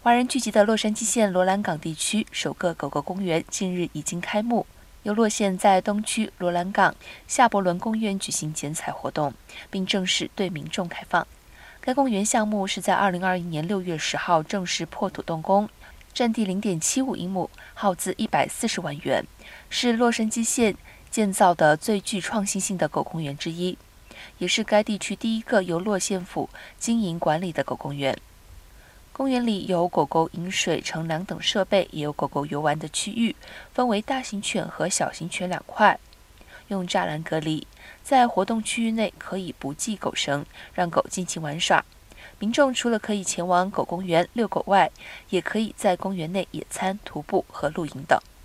华人聚集的洛杉矶县罗兰港地区首个狗狗公园近日已经开幕，由洛县在东区罗兰港夏伯伦公园举行剪彩活动，并正式对民众开放。该公园项目是在2021年6月10号正式破土动工，占地0.75英亩，耗资140万元，是洛杉矶县建造的最具创新性的狗公园之一，也是该地区第一个由洛县府经营管理的狗公园。公园里有狗狗饮水、乘凉等设备，也有狗狗游玩的区域，分为大型犬和小型犬两块，用栅栏隔离。在活动区域内可以不系狗绳，让狗尽情玩耍。民众除了可以前往狗公园遛狗外，也可以在公园内野餐、徒步和露营等。